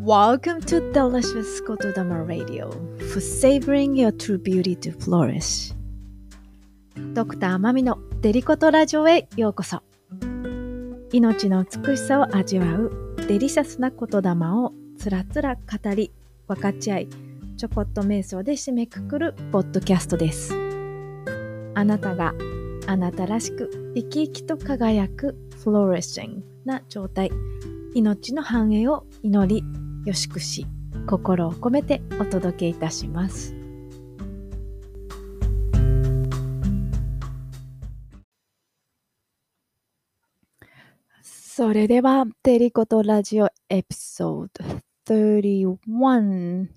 Welcome to Delicious Kotodama Radio for savoring your true beauty to flourish. ドクターマミのデリコトラジオへようこそ。命の美しさを味わうデリシャスな言霊をつらつら語り分かち合い、ちょこっと瞑想で締めくくるポッドキャストです。あなたがあなたらしく生き生きと輝くフローリッシングな状態、命の繁栄を祈りよしくし、心を込めてお届けいたします。それではデリコトラジオエピソード31、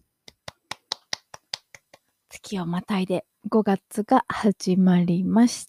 月をまたいで5月が始まりました。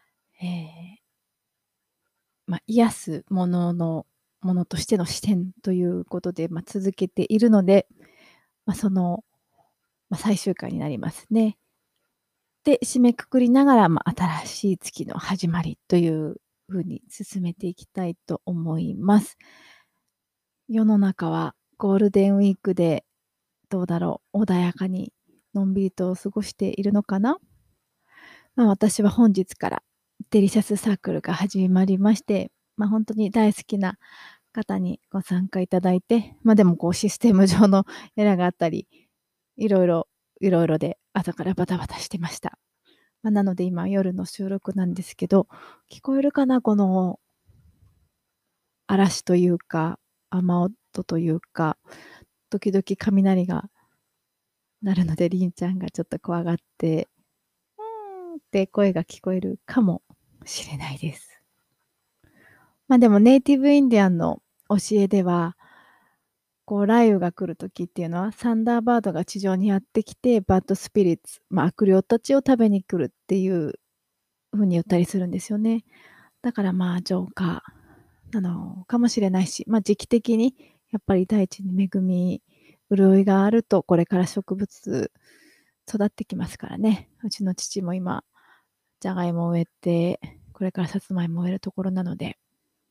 癒すものとしての視点ということで、続けているので、その、最終回になりますね。で、締めくくりながら、新しい月の始まりというふうに進めていきたいと思います。世の中はゴールデンウィークでどうだろう、穏やかにのんびりと過ごしているのかな。私は本日からデリシャスサークルが始まりまして、本当に大好きな方にご参加いただいて、でもシステム上のエラーがあったり、いろいろで朝からバタバタしてました。なので今夜の収録なんですけど、聞こえるかな、この嵐というか雨音というか、時々雷が鳴るので、りんちゃんがちょっと怖がってって声が聞こえるかもしれないです。でもネイティブインディアンの教えでは、雷雨が来るときっていうのは、サンダーバードが地上にやってきて、バッドスピリッツ、悪霊たちを食べに来るっていう風に言ったりするんですよね。だから浄化なのかもしれないし、時期的にやっぱり大地に恵み、潤いがあると、これから植物育ってきますからね。うちの父も今、じゃがいもを植えて、これからさつまいもを植えるところなので、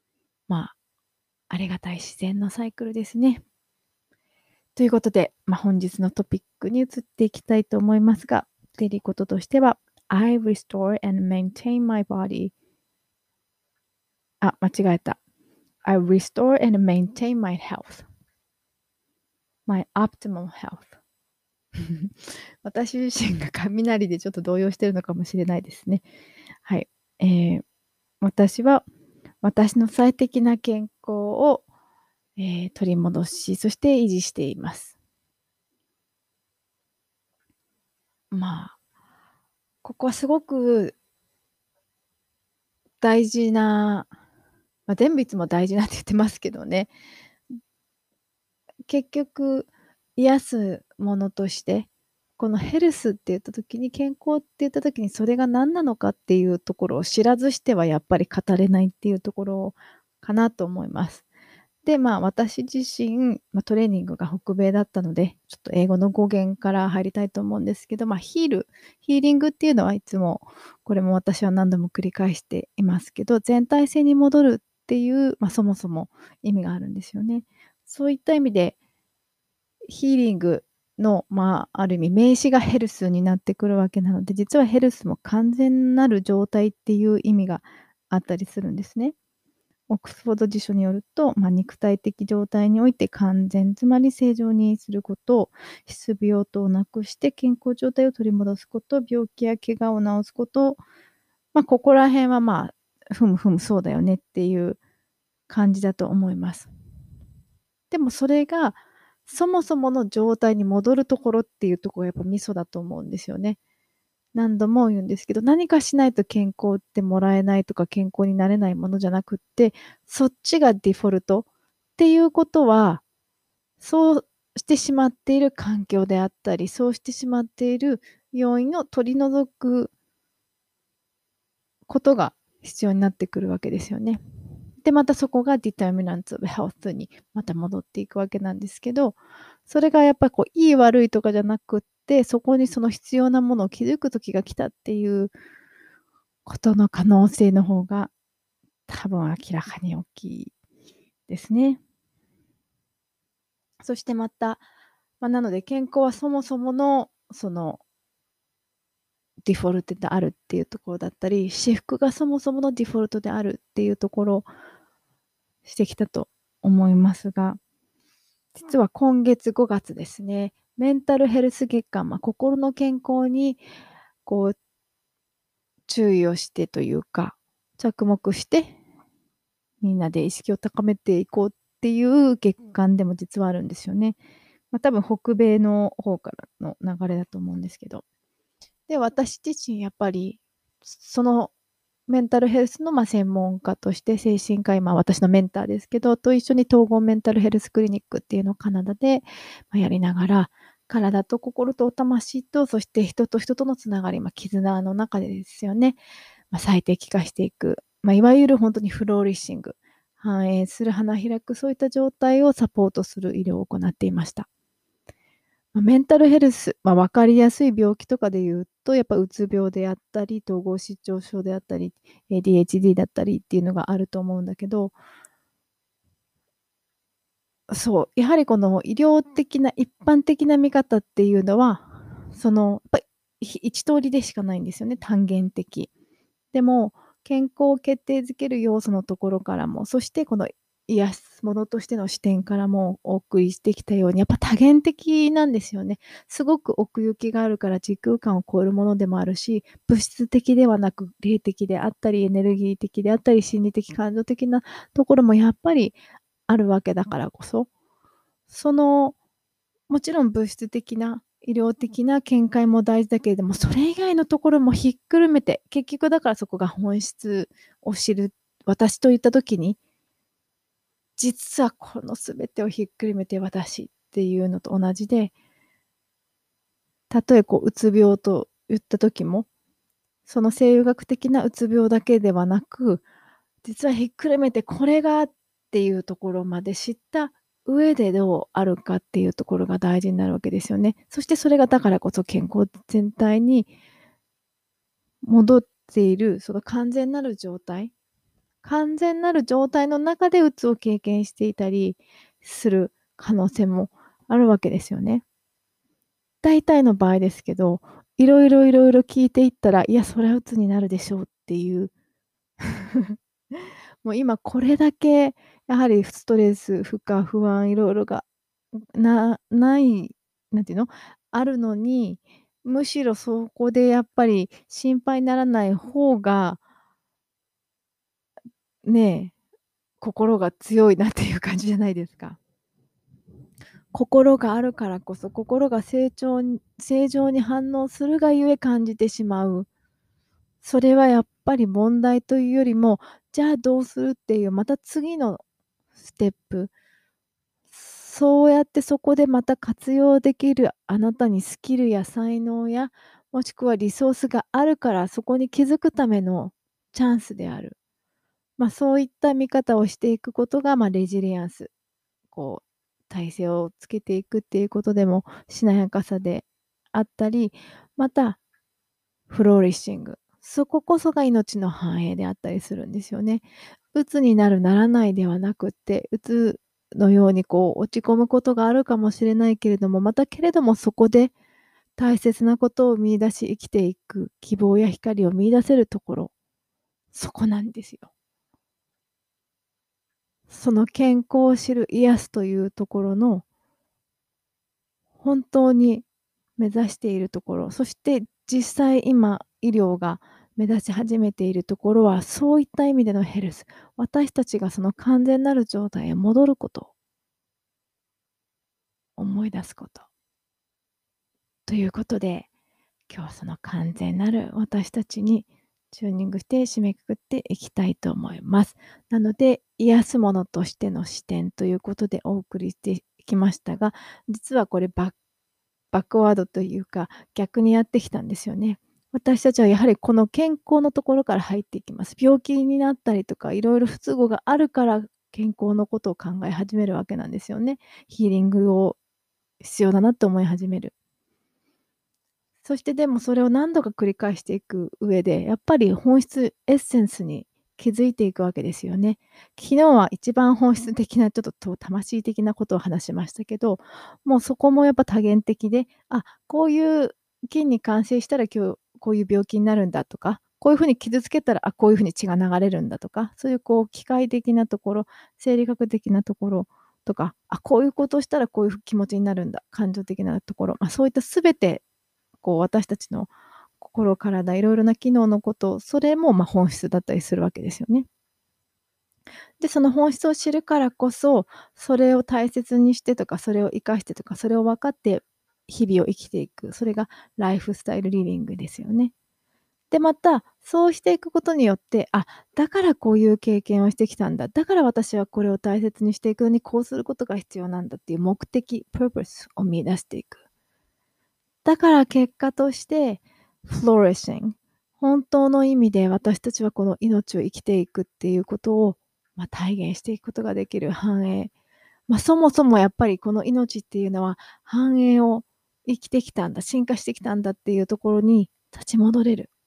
ありがたい自然のサイクルですね。ということで、本日のトピックに移っていきたいと思いますが、デリコトとしては、I restore and maintain my body. 間違えた。I restore and maintain my health. My optimal health. 私自身が雷でちょっと動揺しているのかもしれないですね。はい。私は私の最適な健康を、取り戻し、そして維持しています。ここはすごく大事な、全部いつも大事なんて言ってますけどね。結局、癒すものとして、このヘルスって言った時に、健康って言った時にそれが何なのかっていうところを知らずしてはやっぱり語れないっていうところかなと思います。で、私自身、トレーニングが北米だったので、ちょっと英語の語源から入りたいと思うんですけど、ヒーリングっていうのはいつも、これも私は何度も繰り返していますけど、全体性に戻るっていう、そもそも意味があるんですよね。そういった意味で、ヒーリングの、ある意味名詞がヘルスになってくるわけなので、実はヘルスも完全なる状態っていう意味があったりするんですね。オックスフォード辞書によると、肉体的状態において完全、つまり正常にすること、失病等をなくして健康状態を取り戻すこと、病気や怪我を治すこと、ここら辺はそうだよねっていう感じだと思います。でもそれがそもそもの状態に戻るところっていうところがやっぱミソだと思うんですよね。何度も言うんですけど、何かしないと健康ってもらえないとか健康になれないものじゃなくって、そっちがデフォルトっていうことは、そうしてしまっている環境であったり、そうしてしまっている要因を取り除くことが必要になってくるわけですよね。で、またそこが determinants of health にまた戻っていくわけなんですけど、それがやっぱりいい悪いとかじゃなくって、そこにその必要なものを気づく時が来たっていうことの可能性の方が多分明らかに大きいですね。 そしてまた、なので健康はそもそものそのデフォルトであるっていうところだったり、私服がそもそものデフォルトであるっていうところをしてきたと思いますが、実は今月5月ですね、メンタルヘルス月間、心の健康にこう注意をしてというか、着目して、みんなで意識を高めていこうっていう月間でも実はあるんですよね。多分北米の方からの流れだと思うんですけど。で、私自身やっぱり、そのメンタルヘルスの専門家として精神科医、私のメンターですけど、と一緒に統合メンタルヘルスクリニックっていうのをカナダで、やりながら、体と心と魂と、そして人と人とのつながり、絆の中でですよね、最適化していく、いわゆる本当にフローリッシング、繁栄する、花開く、そういった状態をサポートする医療を行っていました。メンタルヘルス、分かりやすい病気とかで言うと、やっぱうつ病であったり、統合失調症であったり、ADHD だったりっていうのがあると思うんだけど、そう、やはりこの医療的な一般的な見方っていうのは、やっぱり一通りでしかないんですよね、単元的。でも、健康を決定づける要素のところからも、そしてこの癒すものとしての視点からもお送りしてきたように、やっぱ多元的なんですよね。すごく奥行きがあるから時空間を超えるものでもあるし、物質的ではなく霊的であったり、エネルギー的であったり、心理的、感情的なところもやっぱりあるわけだからこそ、そのもちろん物質的な、医療的な見解も大事だけれども、それ以外のところもひっくるめて、結局だからそこが本質を知る私といった時に、実はこの全てをひっくるめて私っていうのと同じで、たとえうつ病と言った時も、その生理学的なうつ病だけではなく、実はひっくるめてこれがっていうところまで知った上でどうあるかっていうところが大事になるわけですよね。そしてそれがだからこそ健康全体に戻っている、その完全なる状態の中でうつを経験していたりする可能性もあるわけですよね。大体の場合ですけど、いろいろ聞いていったら、いや、それは鬱になるでしょうっていうもう今これだけやはりストレス、負荷、不安、いろいろが、ない、なんていうの、あるのに、むしろそこでやっぱり心配にならない方が、ね、心が強いなっていう感じじゃないですか。心があるからこそ、心が正常に反応するがゆえ感じてしまう。それはやっぱり問題というよりも、じゃあどうするっていうまた次のステップ、そうやってそこでまた活用できるあなたにスキルや才能や、もしくはリソースがあるから、そこに気づくためのチャンスである。そういった見方をしていくことが、レジリアンス、体勢をつけていくっていうことでもしなやかさであったり、またフローリッシング、そここそが命の繁栄であったりするんですよね。鬱になるならないではなくって、鬱のように落ち込むことがあるかもしれないけれども、またけれどもそこで大切なことを見出し生きていく希望や光を見出せるところ、そこなんですよ。その健康を知る、癒すというところの本当に目指しているところ、そして実際今医療が目指し始めているところは、そういった意味でのヘルス、私たちがその完全なる状態へ戻ること、思い出すこと。ということで、今日はその完全なる私たちにチューニングして締めくくっていきたいと思います。なので、癒すものとしての視点ということでお送りしてきましたが、実はこれバックワードというか、逆にやってきたんですよね。私たちはやはりこの健康のところから入っていきます。病気になったりとか、いろいろ不都合があるから、健康のことを考え始めるわけなんですよね。ヒーリングを必要だなと思い始める。そしてでもそれを何度か繰り返していく上で、やっぱり本質、エッセンスに気づいていくわけですよね。昨日は一番本質的なちょっと魂的なことを話しましたけど、もうそこもやっぱ多元的で、こういう菌に感染したら今日こういう病気になるんだとか、こういう風に傷つけたら、こういう風に血が流れるんだとか、そういう機械的なところ、生理学的なところとか、こういうことをしたらこういう気持ちになるんだ、感情的なところ、そういった全て私たちの心、体、いろいろな機能のこと、それも本質だったりするわけですよね。で、その本質を知るからこそ、それを大切にしてとか、それを生かしてとか、それを分かって日々を生きていく、それがライフスタイルリビングですよね。で、また、そうしていくことによって、だからこういう経験をしてきたんだ。だから私はこれを大切にしていくのに、こうすることが必要なんだっていう目的、purpose を見出していく。だから結果として、flourishing、本当の意味で私たちはこの命を生きていくっていうことを、体現していくことができる繁栄。そもそもやっぱりこの命っていうのは、繁栄を生きてきたんだ、進化してきたんだっていうところに立ち戻れる。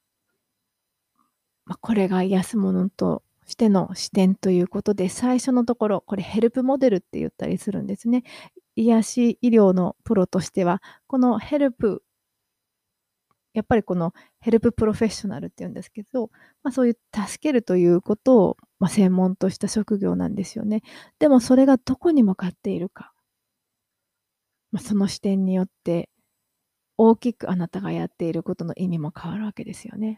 これが癒すものとしての視点ということで、最初のところ、これヘルプモデルって言ったりするんですね。癒し医療のプロとしては、このヘルプ、やっぱりこのヘルププロフェッショナルって言うんですけど、そういう助けるということを、専門とした職業なんですよね。でもそれがどこに向かっているか、その視点によって大きくあなたがやっていることの意味も変わるわけですよね。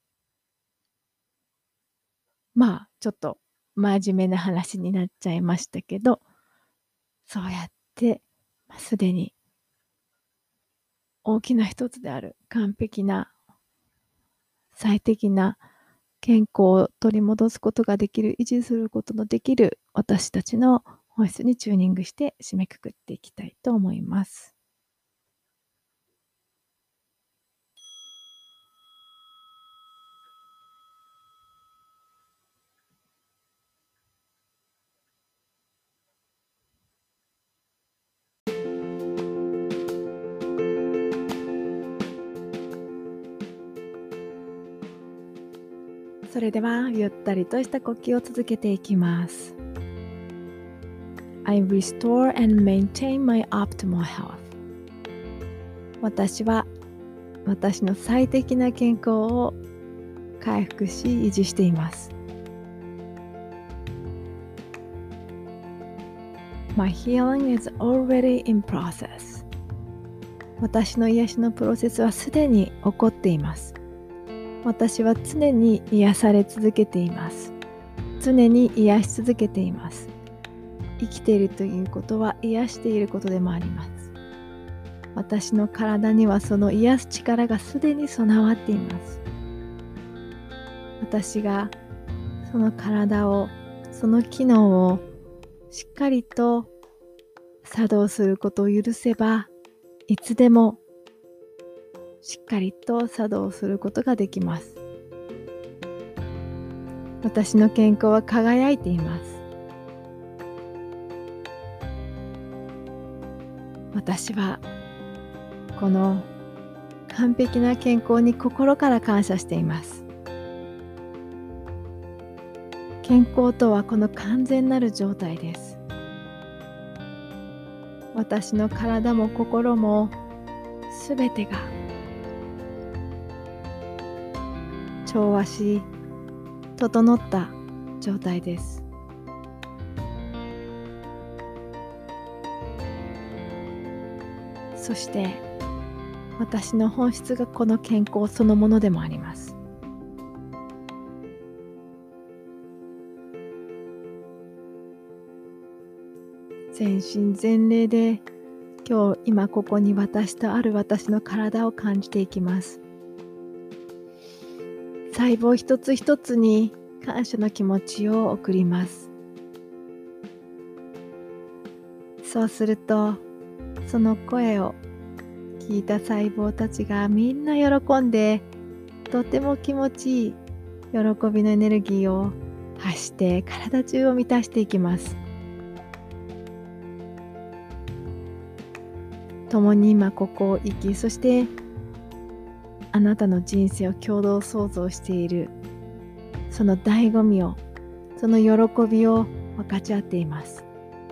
ちょっと真面目な話になっちゃいましたけど、そうやって、すでに大きな一つである完璧な最適な健康を取り戻すことができる、維持することのできる私たちの本質にチューニングして締めくくっていきたいと思います。それではゆったりとした呼吸を続けていきます。I restore and maintain my optimal health. 私は私の最適な健康を回復し維持しています。My healing is already in process. 私の癒しのプロセスはすでに起こっています。私は常に癒され続けています。常に癒し続けています。生きているということは癒していることでもあります。私の体にはその癒す力がすでに備わっています。私がその体を、その機能をしっかりと作動することを許せば、いつでもしっかりと作動することができます。私の健康は輝いています。私はこの完璧な健康に心から感謝しています。健康とはこの完全なる状態です。私の体も心もすべてが調和し、整った状態です。そして私の本質がこの健康そのものでもあります。全身全霊で今ここに私とある私の体を感じていきます。細胞一つ一つに感謝の気持ちを送ります。そうするとその声を聞いた細胞たちがみんな喜んで、とても気持ちいい喜びのエネルギーを発して体中を満たしていきます。共に今ここを生き、そしてあなたの人生を共同創造しているその醍醐味を、その喜びを分かち合っています。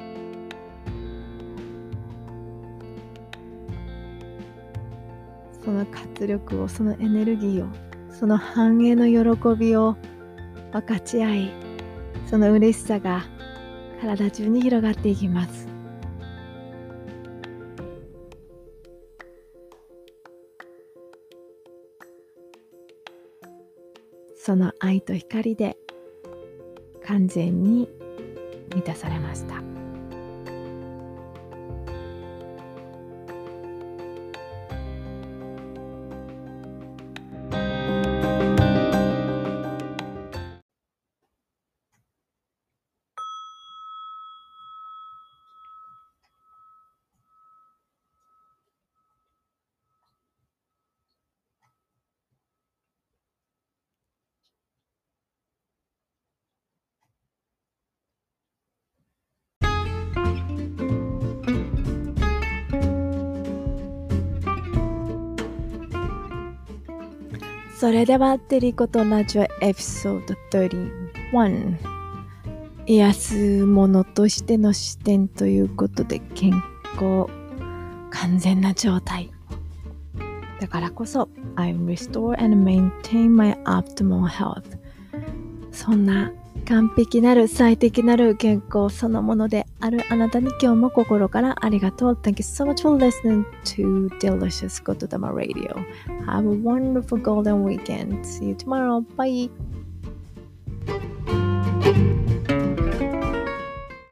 その活力を、そのエネルギーを、その繁栄の喜びを分かち合い、その嬉しさが体中に広がっていきます。その愛と光で完全に満たされました。それではテリコとラジオエピソード31、癒すものとしての視点ということで、健康、完全な状態だからこそ I restore and maintain my optimal health。 そんな完璧なる最適なる健康そのものであるあなたに今日も心からありがとう。 Thank you so much for listening to Delicious Kotodama Radio. Have a wonderful golden weekend. See you tomorrow. Bye.